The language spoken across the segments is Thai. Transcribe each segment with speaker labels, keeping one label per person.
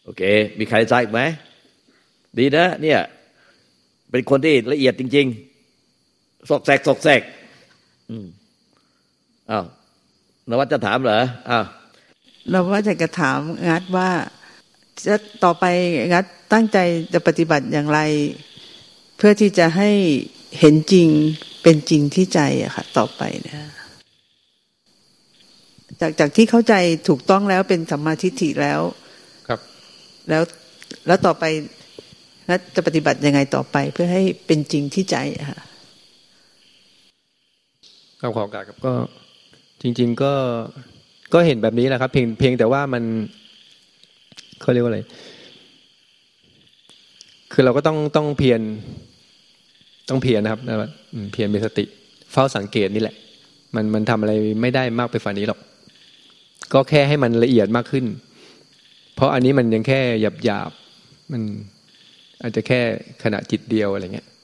Speaker 1: โอเคมีใครทราบอีกไหมดีนะเนี่ยเป็นคนที่ละเอียดจริงๆซอกแซกอ้าวนวัดจะถามเหรออ้าว
Speaker 2: เราว่าจะถามงัดว่าจะต่อไปงัดตั้งใจจะปฏิบัติอย่างไรเพื่อที่จะให้เห็นจริงเป็นจริงที่ใจอะค่ะต่อไปนะจากที่เข้าใจถูกต้องแล้วเป็นสัมมาทิฏฐิแล้ว
Speaker 3: ครับ
Speaker 2: แล้วต่อไปงัดจะปฏิบัติยังไงต่อไปเพื่อให้เป็นจริงที่ใจอะค่ะ
Speaker 3: ขอโอกาสครับก็จริงๆก็เห็นแบบนี้แหละครับเพียงแต่ว่ามันเขาเรียกว่าอะไรคือเราก็ต้องเพียรนะครับเพียรมีสติเฝ้าสังเกตนี่แหละมันทำอะไรไม่ได้มากไปฝ่านี้หรอกก็แค่ให้มันละเอียดมากขึ้นเพราะอันนี้มันยังแค่หยาบมันอาจจะแค่ขณะจิตเดียวอะไรเงี้ย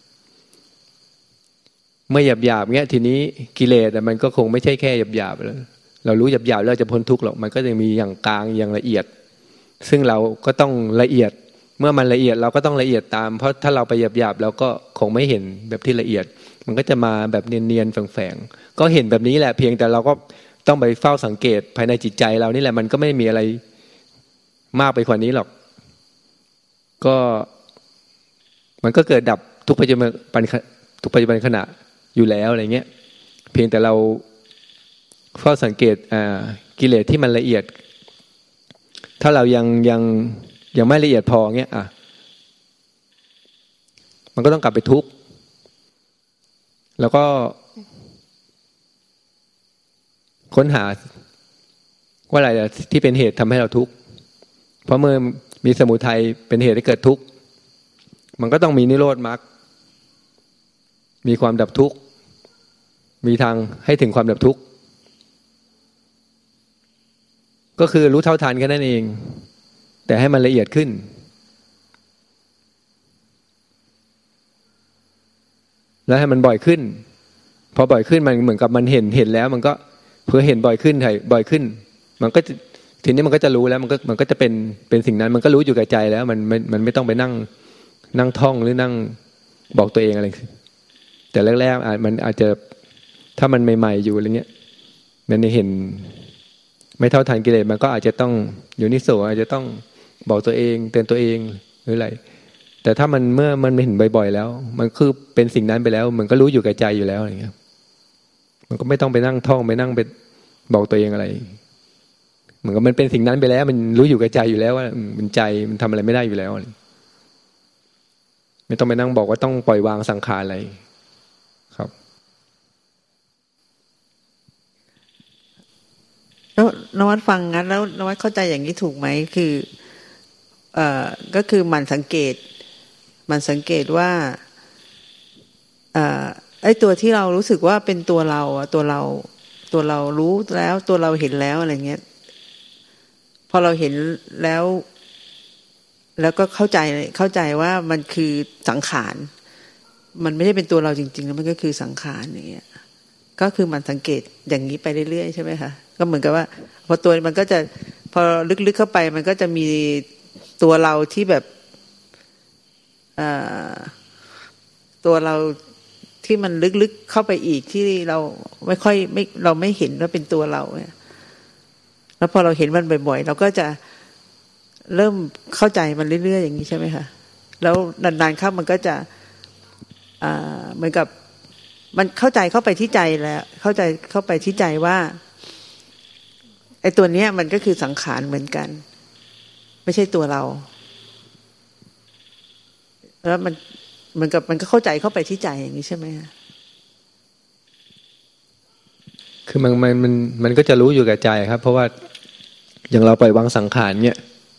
Speaker 3: เมื่อหยาบเงี้ยทีนี้กิเลสมันก็คงไม่ใช่แค่หยาบแล้วเรารู้หยาบแล้วจะพ้นทุกข์หรอกมันก็จะมีอย่างกลางอย่างละเอียดซึ่งเราก็ต้องละเอียดเมื่อมันละเอียดเราก็ต้องละเอียดตามเพราะถ้าเราไปหยาบเราก็คงไม่เห็นแบบที่ละเอียดมันก็จะมาแบบเนียนๆแฝงๆก็เห็นแบบนี้แหละเพียงแต่เราก็ต้องไปเฝ้าสังเกตภายในจิตใจเรานี่แหละมันก็ไม่มีอะไรมากไปกว่านี้หรอกก็มันก็เกิดดับทุกปัจจุบันขณะอยู่แล้วอะไรเงี้ยเพียงแต่เราเฝ้าสังเกตกิเลสที่มันละเอียดถ้าเรายังไม่ละเอียดพอเงี้ยมันก็ต้องกลับไปทุกข์แล้วก็ค้นหาว่าอะไรที่เป็นเหตุทำให้เราทุกข์เพราะเมื่อมีสมุทัยเป็นเหตุให้เกิดทุกข์มันก็ต้องมีนิโรธมรรคมีความดับทุกข์มีทางให้ถึงความดับทุกข์ก็คือรู้เท่าทันแค่นั้นเองแต่ให้มันละเอียดขึ้นแล้วให้มันบ่อยขึ้นพอบ่อยขึ้นมันเหมือนกับมันเห็นแล้วมันก็เพื่อเห็นบ่อยขึ้นบ่อยขึ้นมันก็ทีนี้มันก็จะรู้แล้วมันก็จะเป็นสิ่งนั้นมันก็รู้อยู่กับใจแล้วมันไม่ต้องไปนั่งท่องหรือนั่งบอกตัวเองอะไรแต่แรกๆมันอาจจะถ้ามันใหม่ๆอยู่อะไรเงี้ยมันเห็นไม่เท่าทันกิเลสมันก็อาจจะต้องอยู่นิโสอาจจะต้องบอกตัวเองเตือนตัวเองหรืออะไรแต่ถ้ามันเมื่อมันเห็นบ่อยๆแล้วมันคือเป็นสิ่งนั้นไปแล้วมันก็รู้อยู่กับใจอยู่แล้วอะไรเงี้ยมันก็ไม่ต้องไปนั่งท่องไปนั่งไปบอกตัวเองอะไรเหมือนกับมันเป็นสิ่งนั้นไปแล้วมันรู้อยู่กับใจอยู่แล้วว่ามันใจมันทำอะไรไม่ได้อยู่แล้วไม่ต้องไปนั่งบอกว่าต้องปล่อยวางสังขารอะไรครับ
Speaker 2: แล้วนวัดฟังงั้นแล้วนวัดเข้าใจอย่างนี้ถูกไหมคือก็คือมันสังเกตว่าไอ้ตัวที่เรารู้สึกว่าเป็นตัวเราตัวเรารู้แล้วตัวเราเห็นแล้วอะไรเงี้ยพอเราเห็นแล้วก็เข้าใจว่ามันคือสังขารมันไม่ได้เป็นตัวเราจริงๆแล้วมันก็คือสังขารอย่างเงี้ยก็คือมันสังเกตอย่างนี้ไปเรื่อยๆใช่ไหมคะก็เหมือนกับว่าพอตัวมันก็จะพอลึกๆเข้าไปมันก็จะมีตัวเราที่แบบตัวเราที่มันลึกๆเข้าไปอีกที่เราเราไม่เห็นว่าเป็นตัวเราเนี่ยแล้วพอเราเห็นมันบ่อยๆเราก็จะเริ่มเข้าใจมันเรื่อยๆอย่างนี้ใช่ไหมคะแล้วนานๆเข้ามันก็จะเหมือนกับมันเข้าใจเข้าไปที่ใจแล้วเข้าใจเข้าไปที่ใจว่าไอ้ตัวเนี้ยมันก็คือสังขารเหมือนกันไม่ใช่ตัวเราแล้วมันเหมือนกับมันก็เข้าใจเข้าไปที่ใจอย่างนี้ใช่ไหมคะ
Speaker 3: คือมันก็จะรู้อยู่กับใจครับเพราะว่าอย่างเราปล่อยวางสังขารเนี่ย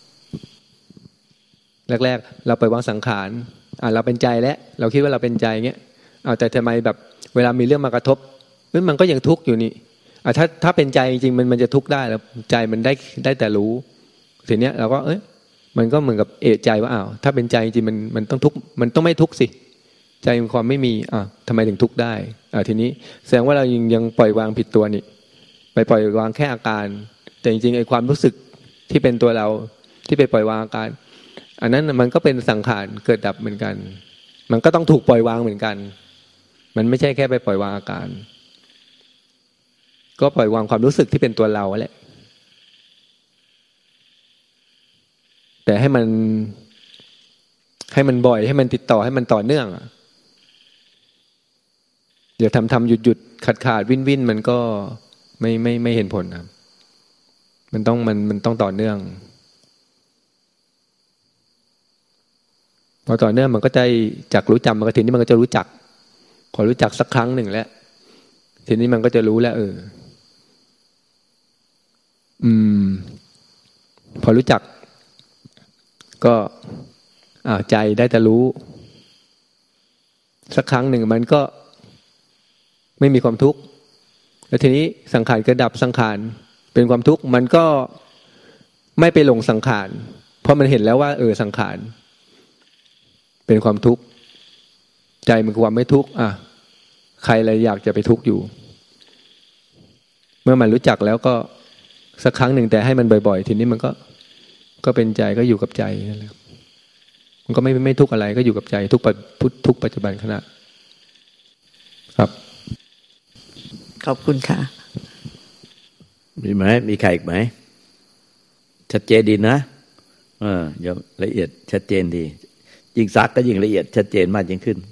Speaker 3: แรกๆเราปล่อยวางสังขารเราเป็นใจแล้วเราคิดว่าเราเป็นใจเงี้ยแต่ทำไมแบบเวลามีเรื่องมากระทบมันก็ยังทุกข์อยู่นี่ถ้าเป็นใจจริงๆมันจะทุกข์ได้แล้วใจมันได้แต่รู้ทีเนี้ยเราก็มันก็เหมือนกับเอะใจว่าถ้าเป็นใจจริงมันต้องทุกข์มันต้องไม่ทุกข์สิใจมีความไม่มีทำไมถึงทุกข์ได้ทีนี้แสดงว่าเรายังปล่อยวางผิดตัวนี่ไปปล่อยวางแค่อาการแต่จริงๆไอ้ความรู้สึกที่เป็นตัวเราที่ไปปล่อยวางอาการอันนั้นมันก็เป็นสังขารเกิดดับเหมือนกันมันก็ต้องถูกปล่อยวางเหมือนกันมันไม่ใช่แค่ไปปล่อยวางอาการก็ปล่อยวางความรู้สึกที่เป็นตัวเราแหละแต่ให้มันบ่อยให้มันติดต่อให้มันต่อเนื่องเดี๋ยวทำหยุดขาดวินมันก็ไม่เห็นผลครับมันต้องต่อเนื่องพอต่อเนื่องมันก็จะจากรู้จำมันก็ทีนี้มันก็จะรู้จักพอรู้จักสักครั้งหนึ่งแล้วทีนี้มันก็จะรู้แล้วพอรู้จักก็ใจได้แต่รู้สักครั้งหนึ่งมันก็ไม่มีความทุกข์แล้วทีนี้สังขารเกิดดับสังขารเป็นความทุกข์มันก็ไม่ไปหลงสังขารเพราะมันเห็นแล้วว่าสังขารเป็นความทุกข์ใจมันคือความไม่ทุกข์ใครอะไรอยากจะไปทุกข์อยู่เมื่อมันรู้จักแล้วก็สักครั้งหนึ่งแต่ให้มันบ่อยๆทีนี้มันก็เป็นใจก็อยู่กับใจนั่นแหละมันก็ไม่ทุกข์อะไรก็อยู่กับใจทุกปัจจุบันขณะครับ
Speaker 2: ขอบคุณค่ะ
Speaker 1: มีไหมมีใครอีกไหมชัดเจนดีนะอย่าละเอียดชัดเจนดียิ่งซักก็ยิ่งละเอียดชัดเจนมากยิ่งขึ้น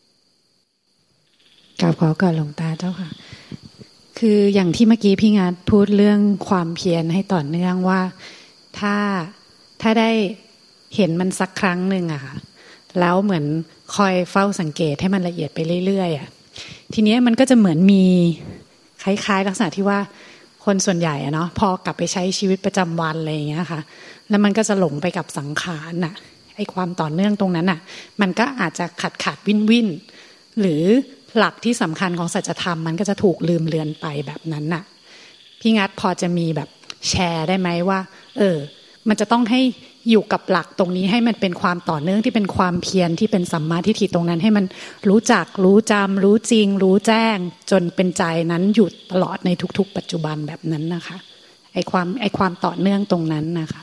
Speaker 4: กราบขอการหลวงตาเจ้าค่ะคืออย่างที่เมื่อกี้พี่งัดพูดเรื่องความเพียรให้ต่อเนื่องว่าถ้าได้เห็นมันสักครั้งหนึ่งอะค่ะแล้วเหมือนคอยเฝ้าสังเกตให้มันละเอียดไปเรื่อยๆทีนี้มันก็จะเหมือนมีคล้ายๆลักษณะที่ว่าคนส่วนใหญ่อะเนาะพอกลับไปใช้ชีวิตประจำวันอะไรอย่างเงี้ยค่ะแล้วมันก็จะหลงไปกับสังขารน่ะไอ้ความต่อเนื่องตรงนั้นน่ะมันก็อาจจะขาดวินหรือหลักที่สำคัญของสัจธรรมมันก็จะถูกลืมเลือนไปแบบนั้นน่ะพี่งัดพอจะมีแบบแชร์ได้ไหมว่ามันจะต้องให้อยู่กับหลักตรงนี้ให้มันเป็นความต่อเนื่องที่เป็นความเพียรที่เป็นสัมมาทิฏฐิตรงนั้นให้มันรู้จักรู้จำรู้จริงรู้แจ้งจนเป็นใจนั้นอยู่ตลอดในทุกๆปัจจุบันแบบนั้นนะคะไอ้ความต่อเนื่องตรงนั้นนะคะ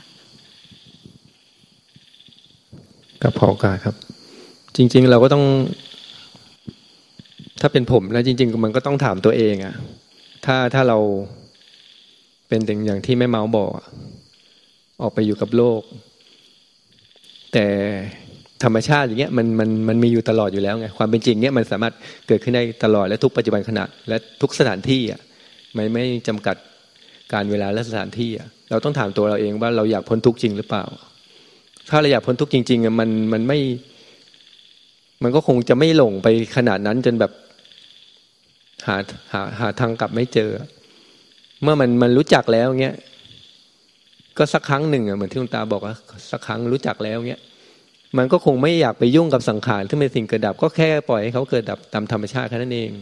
Speaker 3: กับพอการครับจริงๆเราก็ต้องถ้าเป็นผมแล้วจริงๆมันก็ต้องถามตัวเองถ้าเราเป็นอย่างที่แม่เมาบอกออกไปอยู่กับโลกแต่ธรรมชาติอย่างเงี้ยมันมีอยู่ตลอดอยู่แล้วไงความเป็นจริงเนี้ยมันสามารถเกิดขึ้นได้ตลอดและทุกปัจจุบันขณะและทุกสถานที่ไม่จำกัดการเวลาและสถานที่เราต้องถามตัวเราเองว่าเราอยากพ้นทุกข์จริงหรือเปล่าถ้าเราอยากพ้นทุกข์จริงๆมันก็คงจะไม่หลงไปขนาดนั้นจนแบบหาทางกลับไม่เจอเมื่อมันรู้จักแล้วเงี้ยก็สักครั้งหนึ่งเหมือนที่คุณตาบอกว่าสักครั้งรู้จักแล้วเงี้ยมันก็คงไม่อยากไปยุ่งกับสังขารที่เป็นสิ่งเกิดดับก็แค่ปล่อยให้เขาเกิดดับตามธรรมชาติแค่นั้นเอง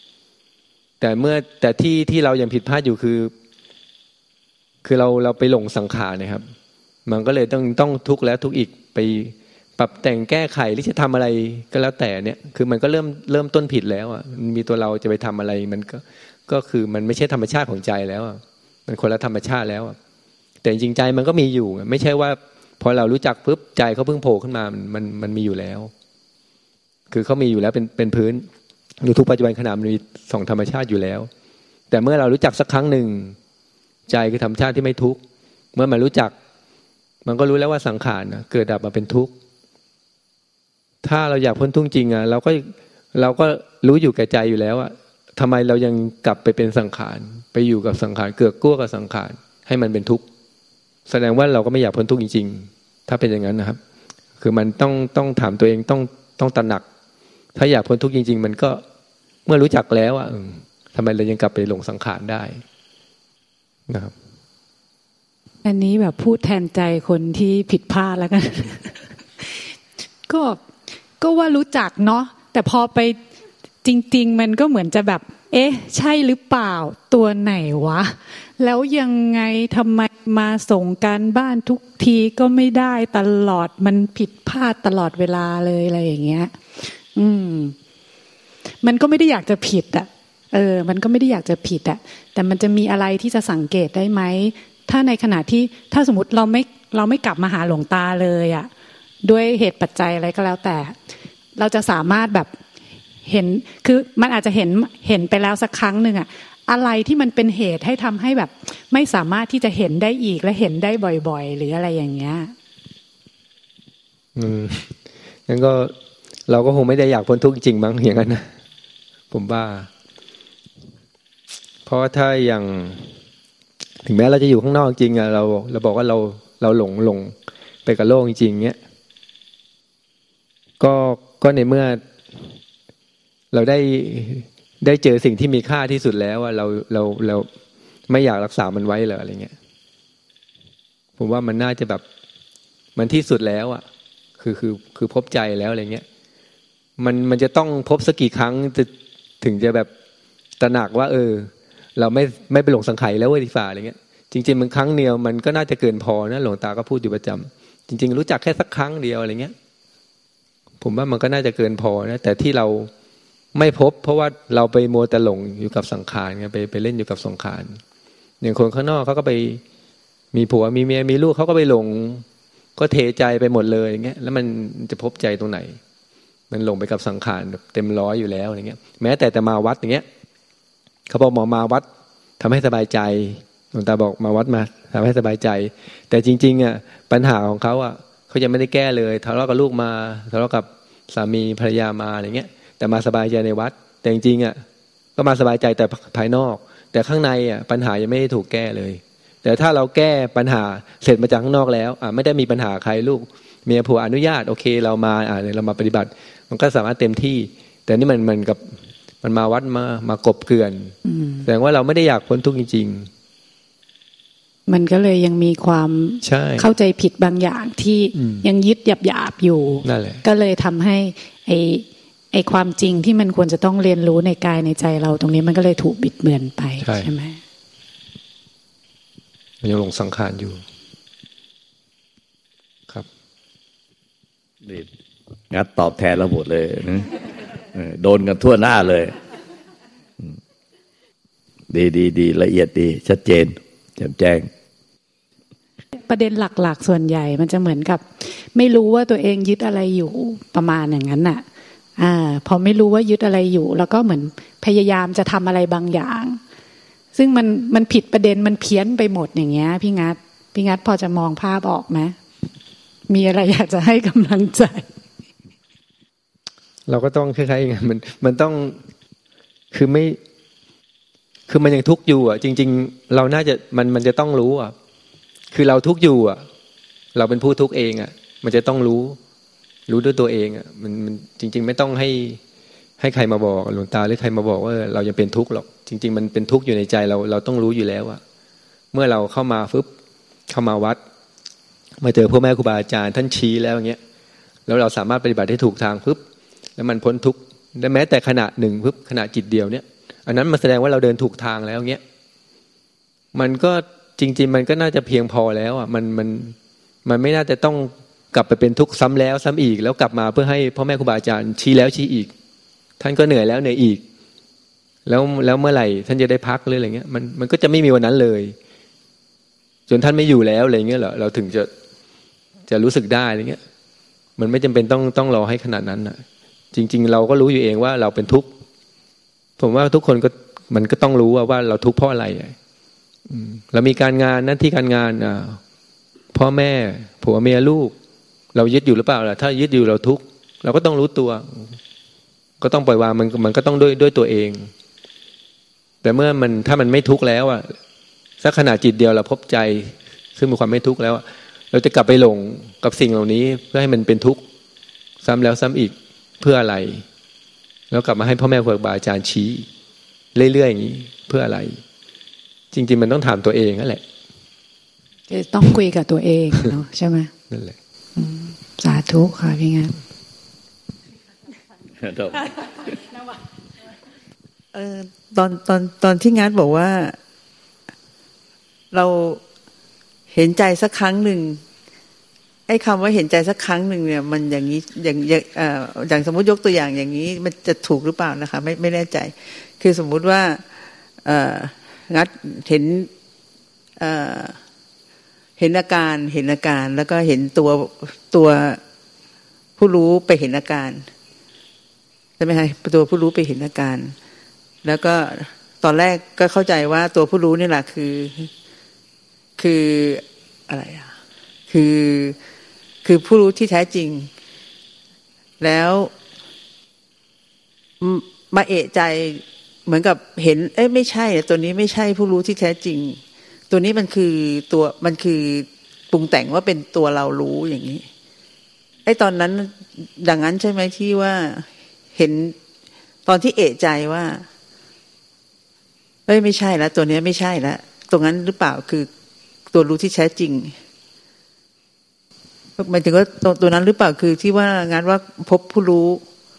Speaker 3: แต่ที่เรายังผิดพลาดอยู่คือเราไปหลงสังขารนะครับมันก็เลยต้องทุกข์แล้วทุกข์อีกไปปรับแต่งแก้ไขหรือจะทำอะไรก็แล้วแต่เนี่ยคือมันก็เริ่มต้นผิดแล้วมีตัวเราจะไปทำอะไรมันก็คือมันไม่ใช่ธรรมชาติของใจแล้วมันคนละธรรมชาติแล้วแต่จริงใจมันก็มีอยู่ไม่ใช่ว่าพอเรารู้จักปุ๊บใจเขาเพิ่งโผล่ขึ้นมามันมีอยู่แล้วคือเขามีอยู่แล้วเป็นพื้นอยู่ทุกปัจจุบันขณะมันมีสองธรรมชาติอยู่แล้วแต่เมื่อเรารู้จักสักครั้งหนึ่งใจคือธรรมชาติที่ไม่ทุกข์เมื่อมันรู้จักมันก็รู้แล้วว่าสังขารเกิดดับมาเป็นทุกข์ถ้าเราอยากพ้นทุกข์จริงเราก็รู้อยู่แก่ใจอยู่แล้วทำไมเรายังกลับไปเป็นสังขารไปอยู่กับสังขารเกือกกลัวกับสังขารให้มันเป็นทุกข์แสดงว่าเราก็ไม่อยากพ้นทุกข์จริงๆถ้าเป็นอย่างนั้นนะครับคือมันต้องถามตัวเองต้องตระหนักถ้าอยากพ้นทุกข์จริงๆมันก็เมื่อรู้จักแล้วทำไมเรายังกลับไปหลงสังขารได้นะครับ
Speaker 4: อันนี้แบบพูดแทนใจคนที่ผิดพลาดแล้วกัน ก็ว่ารู้จักเนาะแต่พอไปจริงๆมันก็เหมือนจะแบบใช่หรือเปล่าตัวไหนวะแล้วยังไงทำไมมาส่งการบ้านทุกทีก็ไม่ได้ตลอดมันผิดพลาดตลอดเวลาเลยอะไรอย่างเงี้ยมันก็ไม่ได้อยากจะผิดมันก็ไม่ได้อยากจะผิดแต่มันจะมีอะไรที่จะสังเกตได้ไหมถ้าในขณะที่ถ้าสมมติเราไม่กลับมาหาหลวงตาเลยอ่ะด้วยเหตุปัจจัยอะไรก็แล้วแต่เราจะสามารถแบบเห็นคือมันอาจจะเห็นไปแล้วสักครั้งหนึ่งอ่ะอะไรที่มันเป็นเหตุให้ทำให้แบบไม่สามารถที่จะเห็นได้อีกและเห็นได้บ่อยๆหรืออะไรอย่างเงี้ย
Speaker 3: งั้นก็เราก็คงไม่ได้อยากพ้นทุกข์จริงมั้งอย่างนั้นนะผมว่าเพราะถ้าอย่างถึงแม้เราจะอยู่ข้างนอกจริงอ่ะเราบอกว่าเราหลงไปกับโลกจริงๆเงี้ยก็ในเมื่อเราได้เจอสิ่งที่มีค่าที่สุดแล้วว่าเราไม่อยากรักษามันไว้เหรออะไรเงี้ยผมว่ามันน่าจะแบบมันที่สุดแล้วอ่ะคือพบใจแล้วอะไรเงี้ยมันจะต้องพบสักกี่ครั้งถึงจะแบบตระหนักว่าเราไม่ไปหลงสังขารแล้วเว้ยที่ฝ่าอะไรเงี้ยจริงๆมันครั้งเดียวมันก็น่าจะเกินพอนะหลวงตาก็พูดอยู่ประจำจริงๆรู้จักแค่สักครั้งเดียวอะไรเงี้ยผมว่ามันก็น่าจะเกินพอนะแต่ที่เราไม่พบเพราะว่าเราไปมัวแต่หลงอยู่กับสังขารไงไปเล่นอยู่กับสังขารอย่างคนข้างนอกเขาก็ไปมีผัวมีเมียมีลูกเขาก็ไปหลงก็เทใจไปหมดเลยอย่างเงี้ยแล้วมันจะพบใจตรงไหนมันหลงไปกับสังขารเต็มร้อยอยู่แล้วอย่างเงี้ยแม้แต่มาวัดอย่างเงี้ยเขาบอกมาวัดทำให้สบายใจหลวงตาบอกมาวัดมาทำให้สบายใจแต่จริงๆอ่ะปัญหาของเขาอ่ะเขายังไม่ได้แก้เลยทะเลาะกับลูกมาทะเลาะกับสามีภรรยามาอะไรเงี้ยแต่มาสบายใจในวัดแต่จริงๆอ่ะก็มาสบายใจแต่ภายนอกแต่ข้างในอ่ะปัญหายังไม่ได้ถูกแก้เลยแต่ถ้าเราแก้ปัญหาเสร็จมาจากข้างนอกแล้วไม่ได้มีปัญหาใครลูกเมียผัวอนุญาตโอเคเรามาปฏิบัติมันก็สามารถเต็มที่แต่นี่มันกับมันมาวัดมากบเกลื่อนแสดงว่าเราไม่ได้อยากพ้นทุกข์จริงๆ
Speaker 4: มันก็เลยยังมีความเข้าใจผิดบางอย่างที่ยังยึดหยาบๆอยู่นั่นแหละก็เลยทำให้ไอ้ความจริงที่มันควรจะต้องเรียนรู้ในกายในใจเราตรงนี้มันก็เลยถูกบิดเบือนไปใช่ไหม
Speaker 3: มันยังหลงสังขารอยู่ครับ
Speaker 1: นี่งัดตอบแทนเราหมดเลยนะโดนกันทั่วหน้าเลยดีละเอียดดีชัดเจนแจ่มแจ้ง
Speaker 4: ประเด็นหลักๆส่วนใหญ่มันจะเหมือนกับไม่รู้ว่าตัวเองยึดอะไรอยู่ประมาณอย่างนั้นน่ะพอไม่รู้ว่ายึดอะไรอยู่แล้วก็เหมือนพยายามจะทำอะไรบางอย่างซึ่งมันผิดประเด็นมันเพี้ยนไปหมดอย่างเงี้ยพี่งัดพอจะมองภาพออกไหมมีอะไรอยากจะให้กำลังใจ
Speaker 3: เราก็ต้องคล้ายๆอย่างนั้นมันต้องคือมันยังทุกข์อยู่จริงๆเราน่าจะมันจะต้องรู้คือเราทุกข์อยู่เราเป็นผู้ทุกข์เองมันจะต้องรู้ด้วยตัวเองมันจริงๆไม่ต้องให้ใครมาบอกหลวงตาหรือใครมาบอกว่าเรายังเป็นทุกข์หรอกจริงๆมันเป็นทุกข์อยู่ในใจเราต้องรู้อยู่แล้วเมื่อเราเข้ามาวัดมาเจอพ่อแม่ครูบาอาจารย์ท่านชี้แล้วอย่างเงี้ยแล้วเราสามารถปฏิบัติได้ถูกทางปุ๊บแล้วมันพ้นทุกข์ได้แม้แต่ขณะหนึ่งปุ๊บขณะจิตเดียวเนี่ยอันนั้นมันแสดงว่าเราเดินถูกทางแล้วเงี้ยมันก็จริงๆมันก็น่าจะเพียงพอแล้วมันไม่น่าจะต้องกลับไปเป็นทุกข์ซ้ำแล้วซ้ำอีกแล้วกลับมาเพื่อให้พ่อแม่ครูบาอาจารย์ชี้แล้วชี้อีกท่านก็เหนื่อยแล้วเหนื่อยอีกแล้วเมื่อไหร่ท่านจะได้พักหรืออะไรเงี้ยมันก็จะไม่มีวันนั้นเลยจนท่านไม่อยู่แล้วอะไรเงี้ยเราถึงจะรู้สึกได้อะไรเงี้ยมันไม่จำเป็นต้องรอให้ขนาดนั้นจริงๆเราก็รู้อยู่เองว่าเราเป็นทุกข์ผมว่าทุกคนก็มันก็ต้องรู้ว่าเราทุกข์เพราะอะไรเรามีการงานหน้าที่การงานพ่อแม่ผัวเมียลูกเรายึดอยู่หรือเปล่าล่ะถ้ายึดอยู่เราทุกข์เราก็ต้องรู้ตัวก็ต้องปล่อยวางมันก็ต้องด้วยตัวเองแต่เมื่อถ้ามันไม่ทุกข์แล้วสักขณะจิตเดียวเราพบใจซึ่งมีความไม่ทุกข์แล้วเราจะกลับไปหลงกับสิ่งเหล่านี้เพื่อให้มันเป็นทุกข์ซ้ำแล้วซ้ำอีกเพื่ออะไรแล้วกลับมาให้พ่อแม่ครูบาอาจารย์ชี้เรื่อยๆอย่างนี้เพื่ออะไรจริงๆมันต้องถามตัวเองนั่นแหละ
Speaker 4: ต้องคุยกับตัวเองเนาะใช่ไหม
Speaker 3: นั่นแหละ
Speaker 4: สาธุค่ะพี่งัด
Speaker 2: ตอนที่งัดบอกว่าเราเห็นใจสักครั้งหนึ่งไอ้คำว่าเห็นใจสักครั้งหนึ่งเนี่ยมันอย่างนี้อย่างสมมุติยกตัวอย่างอย่างนี้มันจะถูกหรือเปล่านะคะไม่แน่ใจคือสมมุติว่างัดเห็นเห็นอาการแล้วก็เห็นตัวผู้รู้ไปเห็นอาการใช่ไหมคะตัวผู้รู้ไปเห็นอาการแล้วก็ตอนแรกก็เข้าใจว่าตัวผู้รู้นี่แหละคืออะไรอ่ะคือผู้รู้ที่แท้จริงแล้วมาเอะใจเหมือนกับเห็นไม่ใช่ตัวนี้ไม่ใช่ผู้รู้ที่แท้จริงตัวนี้มันคือปรุงแต่งว่าเป็นตัวเรารู้อย่างนี้ตอนนั้นดังนั้นใช่ไหมที่ว่าเห็นตอนที่เอะใจว่าไม่ใช่แล้วตัวนี้ไม่ใช่แล้วตรงนั้นหรือเปล่าคือตัวรู้ที่แท้จริงหมายถึงว่าตัวนั้นหรือเปล่าคือที่ว่างานว่าพบผู้รู้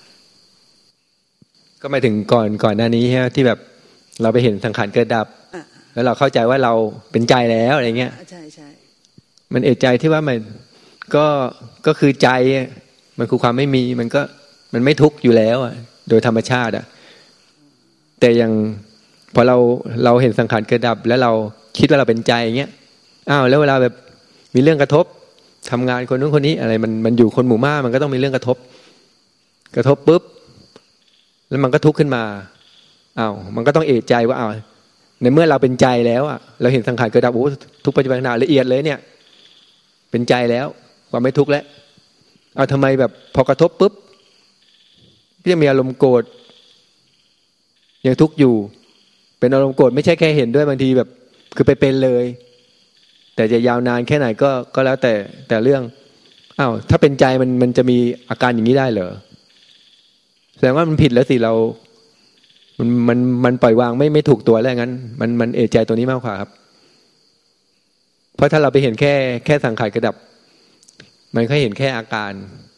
Speaker 3: ก็หมายถึงก่อนหน้านี้ที่แบบเราไปเห็นสังขารเกิดดับแล้วเราเข้าใจว่าเราเป็นใจแล้วอะไรเงี้ย
Speaker 2: ใช่
Speaker 3: มันเอะใจที่ว่ามันก็คือใจมันคือความไม่มีมันไม่ทุกข์อยู่แล้วโดยธรรมชาติแต่ยังพอเราเห็นสังขารเกิดดับแล้วเราคิดว่าเราเป็นใจอย่างเงี้ยแล้วเวลาแบบมีเรื่องกระทบทำงานคนนู้นคนนี้อะไรมันอยู่คนหมู่มากมันก็ต้องมีเรื่องกระทบปุ๊บแล้วมันก็ทุกข์ขึ้นมามันก็ต้องเอะใจว่าในเมื่อเราเป็นใจแล้วเราเห็นสังขารเกิดดับทุกปัจจุบันขณะละเอียดเลยเนี่ยเป็นใจแล้วความไม่ทุกข์แล้วทำไมแบบพอกระทบปุ๊บก็ยังมีอารมณ์โกรธยังทุกข์อยู่เป็นอารมณ์โกรธไม่ใช่แค่เห็นด้วยบางทีแบบคือไปเป็นเลยแต่จะยาวนานแค่ไหนก็แล้วแต่เรื่องถ้าเป็นใจมันจะมีอาการอย่างนี้ได้เหรอแสดงว่ามันผิดแล้วสิเรามันปล่อยวางไม่ถูกตัวแล้วงั้นมันเอะใจตัวนี้มากกว่าครับเพราะถ้าเราไปเห็นแค่สังขารกระดับมันแค่เห็นแค่อาการ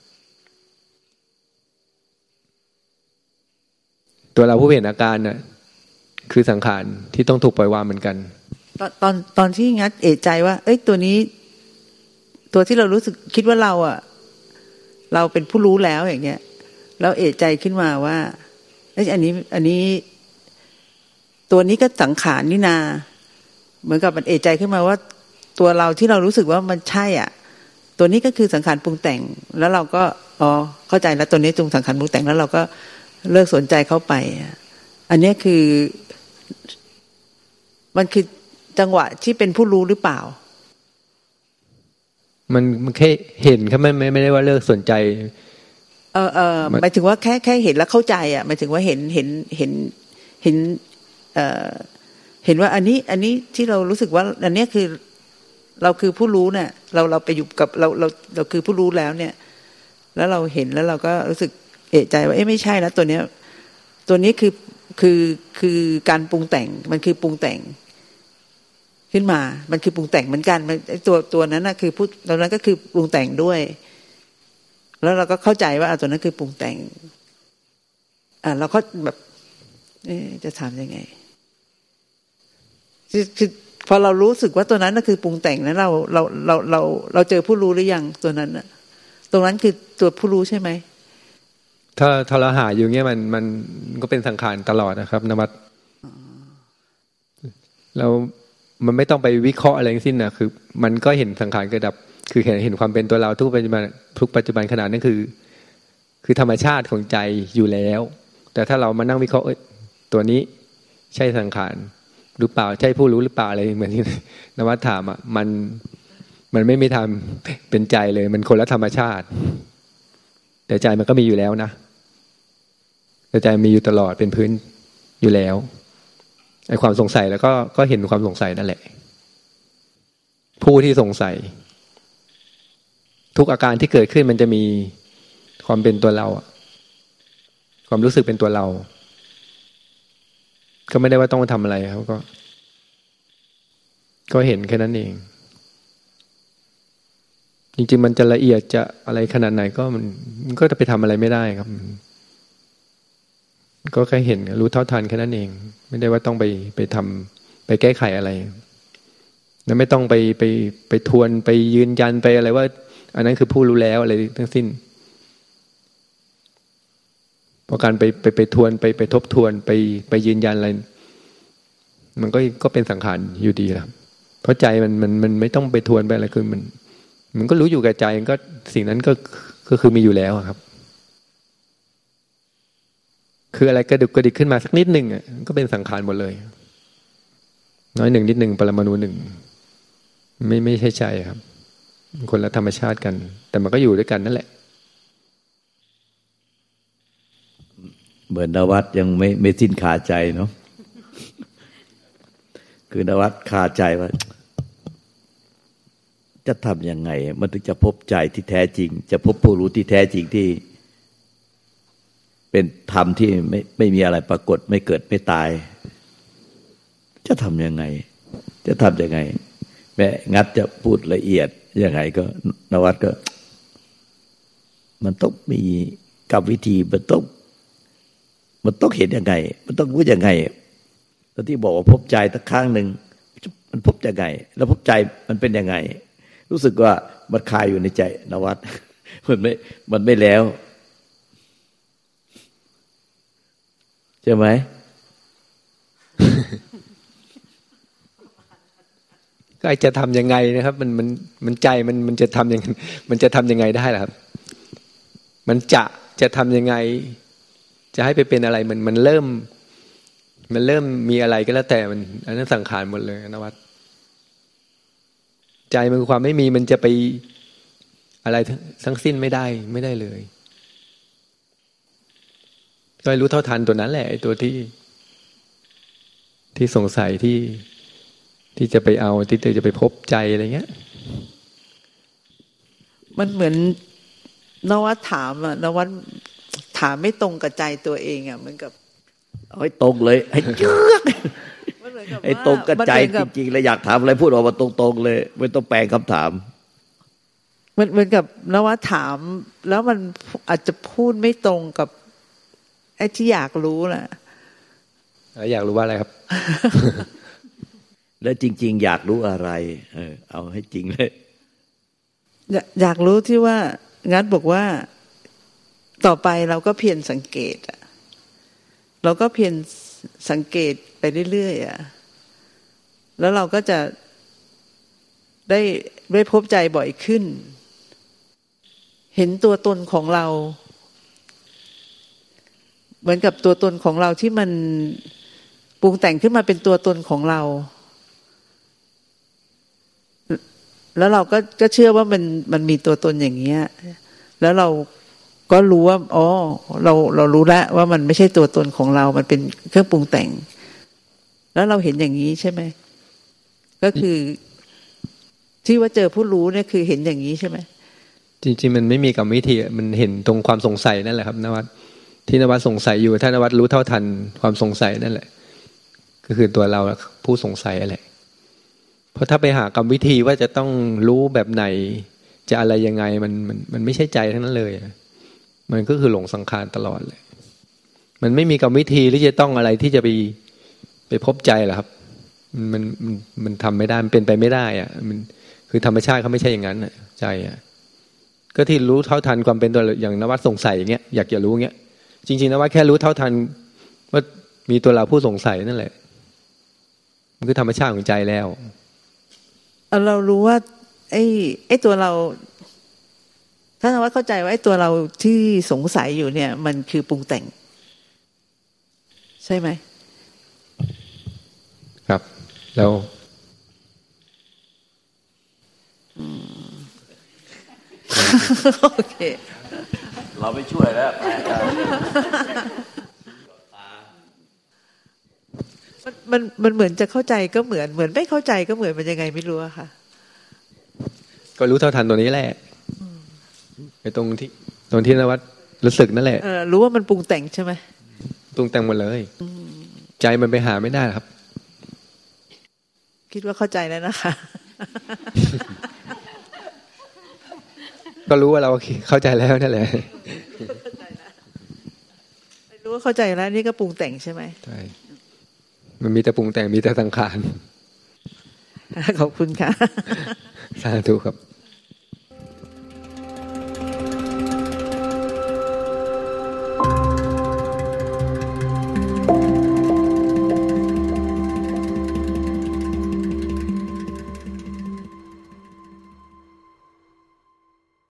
Speaker 3: ตัวเราผู้เห็นอาการน่ะคือสังขารที่ต้องถูกปล่อยวางเหมือนกัน
Speaker 2: ตอนที่งัดเอะใจว่าตัวนี้ตัวที่เรารู้สึกคิดว่าเราเป็นผู้รู้แล้วอย่างเงี้ยแล้วเอะใจขึ้นมาว่าอันนี้ตัวนี้ก็สังขารนี่นาเหมือนกับมันเอะใจขึ้นมาว่าตัวเราที่เรารู้สึกว่ามันใช่ตัวนี้ก็คือสังขารปรุงแต่งแล้วเราก็เข้าใจแล้วตัวนี้จงสังขารปรุงแต่งแล้วเราก็เลิกสนใจเข้าไปอันนี้คือมันคือจังหวะที่เป็นผู้รู้หรือเปล่า
Speaker 3: มันแค่เห็นครับไม่ได้ว่าเลิกสนใจ
Speaker 2: หมายถึงว่าแค่เห็นแล้วเข้าใจหมายถึงว่าเห็นว่าอันนี้ที่เรารู้สึกว่าอันนี้คือเราคือผู้รู้เนี่ยเราไปอยู่กับเราคือผู้รู้แล้วเนี่ยแล้วเราเห็นแล้วเราก็รู้สึกเอะใจว่าไม่ใช่แล้วตัวนี้คือการปรุงแต่งมันคือปรุงแต่งขึ้นมามันคือปรุงแต่งเหมือนกันตัวนั้นน่ะคือตัวนั้นก็คือปรุงแต่งด้วยแล้วเราก็เข้าใจว่าตัวนั้นคือปรุงแต่งเราก็แบบจะทำยังไงคือพอเรารู้สึกว่าตัวนั้นน่ะคือปรุงแต่งนั้นเราเจอผู้รู้หรือยังตัวนั้นน่ะตรงนั้นคือตัวผู้รู้ใช่ไหม
Speaker 3: ถ้าเราหาอยู่เงี้ยมันก็เป็นสังขารตลอดนะครับนมัสแล้วมันไม่ต้องไปวิเคราะห์อะไรทั้งสิ้นนะคือมันก็เห็นสังขารเกิดดับคือเห็นความเป็นตัวเราทุกปัจจุบันขนาดนั้นคือธรรมชาติของใจอยู่แล้วแต่ถ้าเรามานั่งวิเคราะห์ตัวนี้ใช่สังขารหรือเปล่าใช่ผู้รู้หรือเปล่าอะไรเหมือนที่นวัดถามมันไม่มีทางเป็นใจเลยมันคนละธรรมชาติแต่ใจมันก็มีอยู่แล้วนะแต่ใจมีอยู่ตลอดเป็นพื้นอยู่แล้วไอ้ความสงสัยแล้วก็เห็นความสงสัยนั่นแหละผู้ที่สงสัยทุกอาการที่เกิดขึ้นมันจะมีความเป็นตัวเราความรู้สึกเป็นตัวเราก็ไม่ได้ว่าต้องทำอะไรเขาก็เห็นแค่นั้นเองจริงๆมันจะละเอียดจะอะไรขนาดไหนก็มันก็จะไปทำอะไรไม่ได้ครับก็แค่เห็นรู้เท่าทันแค่นั้นเองไม่ได้ว่าต้องไปทำไปแก้ไขอะไรแล้วไม่ต้องไปทวนไปยืนยันไปอะไรว่าอันนั้นคือผู้รู้แล้วอะไรทั้งสิ้นเพราะการไปทวนไปทบทวนไปยืนยันอะไรมันก็เป็นสังขารอยู่ดีครับเพราะใจมันไม่ต้องไปทวนไปอะไรคือมันก็รู้อยู่กับใจก็สิ่งนั้นก็คือมีอยู่แล้วครับคืออะไรกระดุกกระดิกขึ้นมาสักนิดหนึ่งอ่ะก็เป็นสังขารหมดเลยน้อยหนึ่งนิดหนึ่งปรมาณูหนึ่งไม่ใช่ใจครับคนละธรรมชาติกันแต่มันก็อยู่ด้วยกันนั่นแหละ
Speaker 1: เหมือนนวัดยังไม่สิ้นคาใจเนาะคือนวัดคาใจว่าจะทำยังไงมันถึงจะพบใจที่แท้จริงจะพบผู้รู้ที่แท้จริงที่เป็นธรรมที่ไม่มีอะไรปรากฏไม่เกิดไม่ตายจะทำยังไงจะทำยังไงแม้งัดจะพูดละเอียดยังไงก็นวัดก็มันต้องมีกรรมวิธีมันต้องเห็นยังไงมันต้องรู้ยังไงตอนที่บอกว่าพบใจสักครั้งหนึ่งมันพบยังไงแล้วพบใจมันเป็นยังไงรู้สึกว่ามันคาอยู่ในใจนวัดมันไม่แล้วใช่ไหม
Speaker 3: ก็จะทำยังไงนะครับมันใจมันจะทำยังมันจะทำยังไงได้ล่ะครับมันจะทำยังไงจะให้ไปเป็นอะไรมันเริ่มมีอะไรก็แล้วแต่มันอันนั้นสังขารหมดเลยนวัดใจมันคือความไม่มีมันจะไปอะไรทั้งสิ้นไม่ได้เลยก็รู้เท่าทันตัวนั้นแหละไอ้ตัวที่สงสัยที่จะไปเอาที่จะไปพบใจอะไรเงี้ย
Speaker 2: มันเหมือนนวัดถามอะนวัดถามไม่ตรงกับใจตัวเองอะเหมือนกับ
Speaker 1: เอาให้ตรงเลยให้เยือกให้ตรงกับใจจริงๆแล้วอยากถามอะไรพูดออกมาตรงๆเลยไม่ต้องแปลงคำถาม
Speaker 2: เหมือนกับนวัดถามแล้วมันอาจจะพูดไม่ตรงกับไอ้ที่อยากรู้น่ะ
Speaker 3: อยากรู้ว่าอะไรครับ
Speaker 1: แล้วจริงๆอยากรู้อะไรเอาให้จริงเลย
Speaker 2: อยากรู้ที่ว่างัดบอกว่าต่อไปเราก็เพียรสังเกตเราก็เพียรสังเกตไปเรื่อยๆแล้วเราก็จะได้พบใจบ่อยขึ้นเห็นตัวตนของเราเหมือนกับตัวตนของเราที่มันปรุงแต่งขึ้นมาเป็นตัวตนของเราแล้วเราก็เชื่อว่ามันมีตัวตนอย่างเงี้ยแล้วเราก็รู้ว่าอ๋อเรารู้แล้วว่ามันไม่ใช่ตัวตนของเรามันเป็นเครื่องปรุงแต่งแล้วเราเห็นอย่างนี้ใช่ไหมก็คือที่ว่าเจอผู้รู้เนี่ยคือเห็นอย่างนี้ใช่ไหม
Speaker 3: จริงๆมันไม่มีกรรมวิธีมันเห็นตรงความสงสัยนั่นแหละครับนวัดที่นวัดสงสัยอยู่ถ้านวัดรู้เท่าทันความสงสัยนั่นแหละก็คือตัวเราผู้สงสัยอะไรเพราะถ้าไปหากรรมวิธีว่าจะต้องรู้แบบไหนจะอะไรยังไงมันไม่ใช่ใจทั้งนั้นเลยมันก็คือหลงสังขารตลอดเลยมันไม่มีกรรมวิธีที่จะต้องอะไรที่จะไปพบใจหรอกครับมันทำไม่ได้มันเป็นไปไม่ได้อ่ะมันคือธรรมชาติเขาไม่ใช่อย่างนั้นอ่ะใจอ่ะก็ที่รู้เท่าทันความเป็นตัวอย่างนวัดสงสัยอย่างเงี้ยอยากจะรู้เงี้ยจริงๆนวัดแค่รู้เท่าทันว่ามีตัวเราผู้สงสัยนั่นแหละมันคือธรรมชาติของใจแล้ว
Speaker 2: เรารู้ว่าไอ้ตัวเราถ้านวัดเข้าใจว่าไอ้ตัวเราที่สงสัยอยู่เนี่ยมันคือปรุงแต่งใช่ไหม
Speaker 3: ครับแล้ว
Speaker 2: โอเค
Speaker 1: เราไม่ช่วยแล้ว
Speaker 2: มันเหมือนจะเข้าใจก็เหมือนไม่เข้าใจก็เหมือนมันยังไงไม่รู้อะค่ะ
Speaker 3: ก็รู้เท่าทันตัวนี้แหละไอ้ตรงที่นวัดรู้สึกนั่นแหละ
Speaker 2: รู้ว่ามันปรุงแต่งใช่ไหม
Speaker 3: ปรุงแต่งหมดเลยใจมันไปหาไม่ได้ครับ
Speaker 2: คิดว่าเข้าใจแล้วนะคะ
Speaker 3: ก็รู้ว่าเราเข้าใจแล้วนั่นแหละ
Speaker 2: รู้ว่าเข้าใจแล้วนี่ก็ปรุงแต่งใช่ไหม
Speaker 3: ใช่มันมีแต่ปรุงแต่งมีแต่สังขาร
Speaker 2: ขอบคุณค่ะ
Speaker 3: สาธุครับ